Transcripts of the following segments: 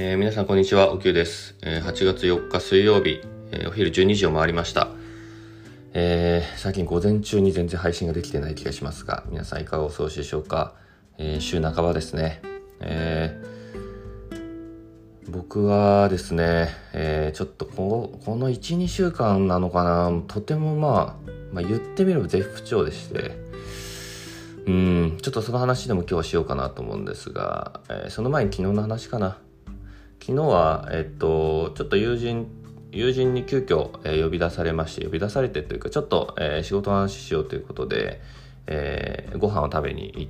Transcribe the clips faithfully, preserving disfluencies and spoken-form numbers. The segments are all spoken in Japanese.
えー、皆さんこんにちは、おきゅうです。えー、はちがつよっか水曜日、えー、お昼じゅうにじを回りました。えー、最近午前中に全然配信ができてない気がしますが、皆さんいかがお過ごしでしょうか。えー、週半ばですね。えー、僕はですね、えー、ちょっとここのいち、にしゅうかんなのかな、とてもまあ、まあ、言ってみれば絶不調でして、うん、ちょっとその話でも今日はしようかなと思うんですが、えー、その前に昨日の話かな。昨日は、えっと、ちょっと友人、友人に急遽、えー、呼び出されまして、呼び出されてというか、ちょっと、えー、仕事の話しようということで、えー、ご飯を食べに行って、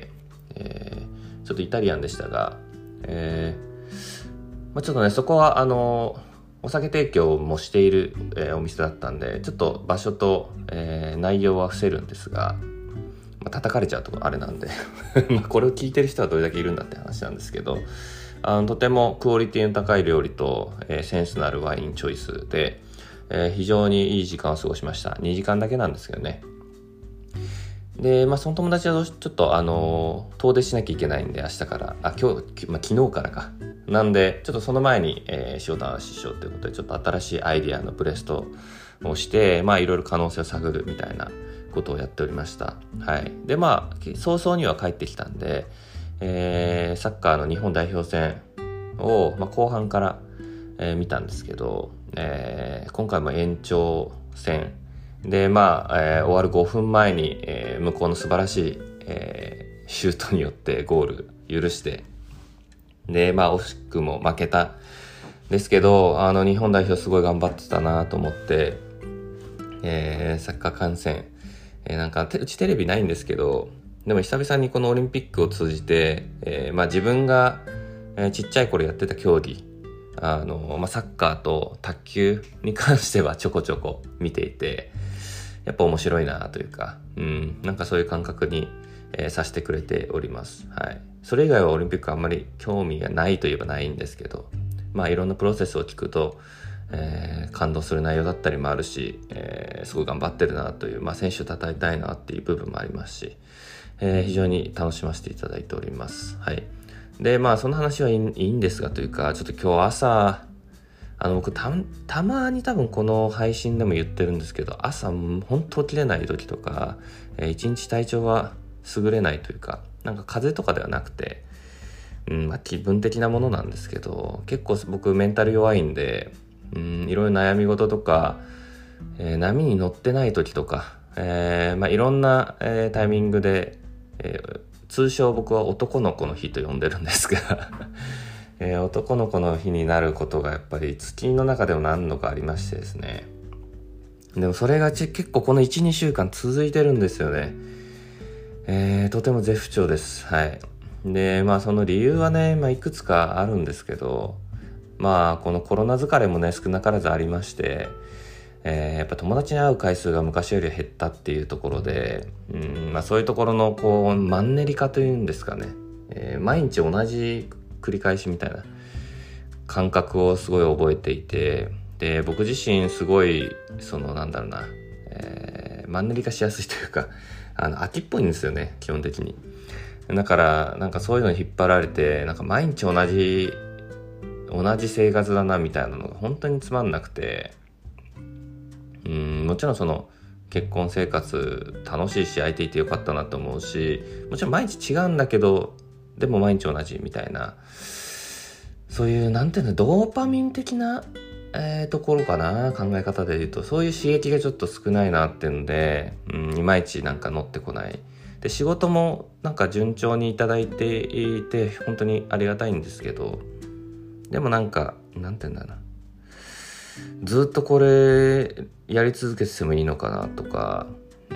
えー、ちょっとイタリアンでしたが、えーまあ、ちょっとね、そこは、あの、お酒提供もしている、えー、お店だったんで、ちょっと場所と、えー、内容は伏せるんですが、まあ、叩かれちゃうとあれなんでまあこれを聞いてる人はどれだけいるんだって話なんですけど、あのとてもクオリティの高い料理と、えー、センスのあるワインチョイスで、えー、非常にいい時間を過ごしました。にじかんだけなんですけどね。で、まあその友達はちょっとあのー、遠出しなきゃいけないんで明日から、あ、今日、まあ、昨日からか。なんで、ちょっとその前に、えー、仕事の話しようということで、ちょっと新しいアイディアのブレストをして、まあいろいろ可能性を探るみたいなことをやっておりました。はい。で、まあ、早々には帰ってきたんで、えー、サッカーの日本代表戦を、まあ、後半から、えー、見たんですけど、えー、今回も延長戦で、まあ、えー、終わるごふんまえに、えー、向こうの素晴らしい、えー、シュートによってゴール許して、で、まあ、惜しくも負けたですけど、あの、日本代表すごい頑張ってたなと思って、えー、サッカー観戦、えー、なんか、うちテレビないんですけど、でも久々にこのオリンピックを通じて、えーまあ、自分が、えー、ちっちゃい頃やってた競技、あのまあ、サッカーと卓球に関してはちょこちょこ見ていて、やっぱ面白いなというか、うん、なんかそういう感覚に、えー、させてくれております。はい。それ以外はオリンピックあんまり興味がないといえばないんですけど、まあいろんなプロセスを聞くと、えー、感動する内容だったりもあるし、えー、すごい頑張ってるなという、まあ選手を称えたいなっていう部分もありますし、えー、非常に楽しませていただいております。はい。で、まあその話はいい、いいんですがというか、ちょっと今日朝、あの僕た、たまに多分この配信でも言ってるんですけど、朝本当起きれない時とか、えー、一日体調が優れないというか、なんか風邪とかではなくて、うんまあ、気分的なものなんですけど、結構僕メンタル弱いんで、うん、いろいろ悩み事とか、えー、波に乗ってない時とか、えーまあ、いろんな、えー、タイミングで、えー、通称僕は男の子の日と呼んでるんですが、えー、男の子の日になることがやっぱり月の中でも何度かありましてですね。でもそれが結構このいち、にしゅうかん続いてるんですよね。えー、とても絶不調です。はい。で、まあその理由はね、まあいくつかあるんですけど、まあこのコロナ疲れもね少なからずありまして、えー、やっぱ友達に会う回数が昔より減ったっていうところで、うんまあ、そういうところのこうマンネリ化というんですかね、えー、毎日同じ繰り返しみたいな感覚をすごい覚えていて、で僕自身すごいそのなんだろうな、えー、マンネリ化しやすいというか、あの秋っぽいんですよね基本的に。だからなんかそういうのに引っ張られて、なんか毎日同じ同じ生活だなみたいなのが本当につまんなくて、うんもちろんその結婚生活楽しいし相手いてよかったなと思うし、もちろん毎日違うんだけどでも毎日同じみたいな、そういうなんていうのドーパミン的な、えー、ところかな、考え方で言うとそういう刺激がちょっと少ないなっていうので、うん、いまいちなんか乗ってこないで、仕事もなんか順調にいただいていて本当にありがたいんですけど、でもなんかなんていうんだな、ずっとこれやり続けてもいいのかなとか、うん、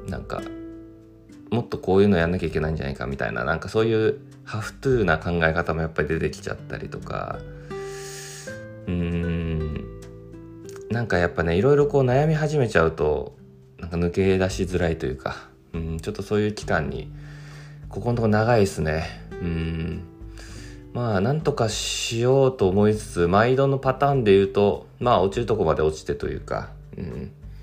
なんかもっとこういうのやんなきゃいけないんじゃないかみたいな、なんかそういうハフトゥーな考え方もやっぱり出てきちゃったりとか、うーんなんかやっぱねいろいろこう悩み始めちゃうとなんか抜け出しづらいというか、うん、ちょっとそういう期間にここのとこ長いですね。うんまあなんとかしようと思いつつ、毎度のパターンで言うとまあ落ちるとこまで落ちてというか、うん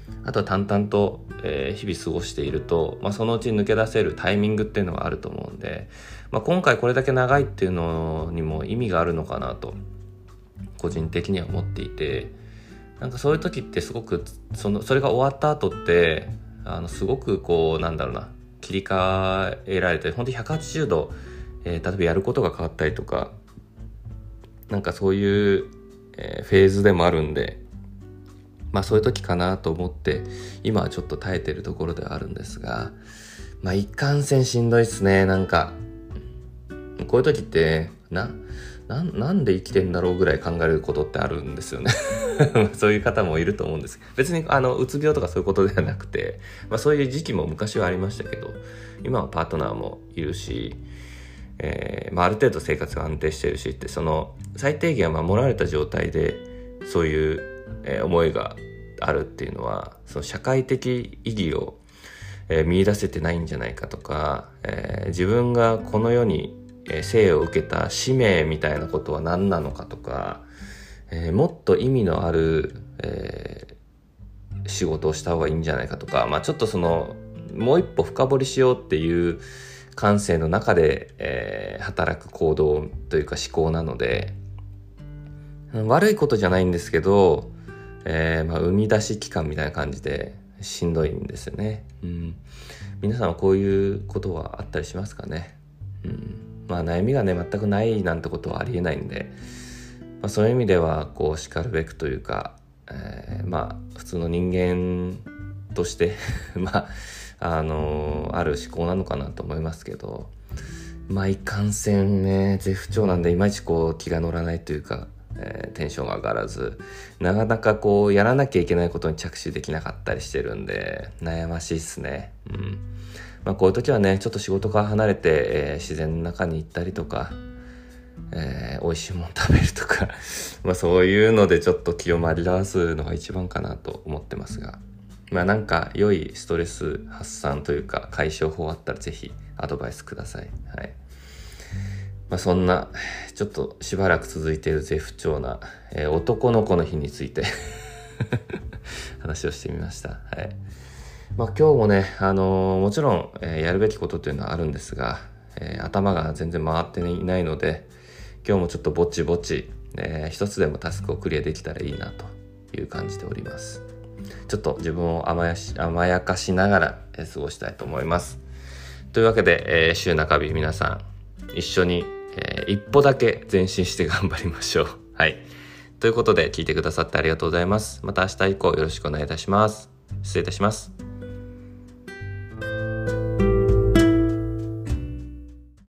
あとは淡々と、えー、日々過ごしていると、まあ、そのうち抜け出せるタイミングっていうのがあると思うんで、まあ、今回これだけ長いっていうのにも意味があるのかなと個人的には思っていて、なんかそういう時ってすごくそのそれが終わった後ってあのすごくこうなんだろうな切り替えられて本当にひゃくはちじゅうど、えー、例えばやることが変わったりとかなんかそういう、えー、フェーズでもあるんで、まあそういう時かなと思って今はちょっと耐えてるところではあるんですが、まあ一貫性しんどいっすね。なんかこういう時ってなななんで生きてんだろうぐらい考えることってあるんですよねそういう方もいると思うんですけど、別にあのうつ病とかそういうことではなくて、まあ、そういう時期も昔はありましたけど、今はパートナーもいるし、えーまあ、ある程度生活が安定しているしって、その最低限は守られた状態でそういう、えー、思いがあるっていうのは、その社会的意義を、えー、見出せてないんじゃないかとか、えー、自分がこの世に生を受けた使命みたいなことは何なのかとか、えー、もっと意味のある、えー、仕事をした方がいいんじゃないかとか、まあ、ちょっとそのもう一歩深掘りしようっていう感性の中で、えー、働く行動というか思考なので、悪いことじゃないんですけど、えーまあ、生み出し期間みたいな感じでしんどいんですよね、うん、皆さんはこういうことはあったりしますかね。うんまあ、悩みがね全くないなんてことはありえないんで、まあ、そういう意味ではこう叱るべくというか、えー、まあ普通の人間としてまああのー、ある思考なのかなと思いますけど、まあいかんせんね絶不調なんでいまいちこう気が乗らないというか、えー、テンションが上がらず、なかなかこうやらなきゃいけないことに着手できなかったりしてるんで悩ましいっすね。うんまあ、こういう時はねちょっと仕事から離れて、えー、自然の中に行ったりとか、えー、美味しいもの食べるとかまあそういうのでちょっと気を紛らわすのが一番かなと思ってますが、まあなんか良いストレス発散というか解消法あったらぜひアドバイスください。はい。まあそんなちょっとしばらく続いている絶不調な、えー、男の子の日について話をしてみました。はい。まあ、今日もね、あのー、もちろん、えー、やるべきことというのはあるんですが、えー、頭が全然回っていないので、今日もちょっとぼちぼち、えー、一つでもタスクをクリアできたらいいなという感じでおります。ちょっと自分を甘やし、甘やかしながら、えー、過ごしたいと思います。というわけで、えー、週中日皆さん一緒に、えー、一歩だけ前進して頑張りましょう。はい。ということで聞いてくださってありがとうございます。また明日以降よろしくお願いいたします。失礼いたします。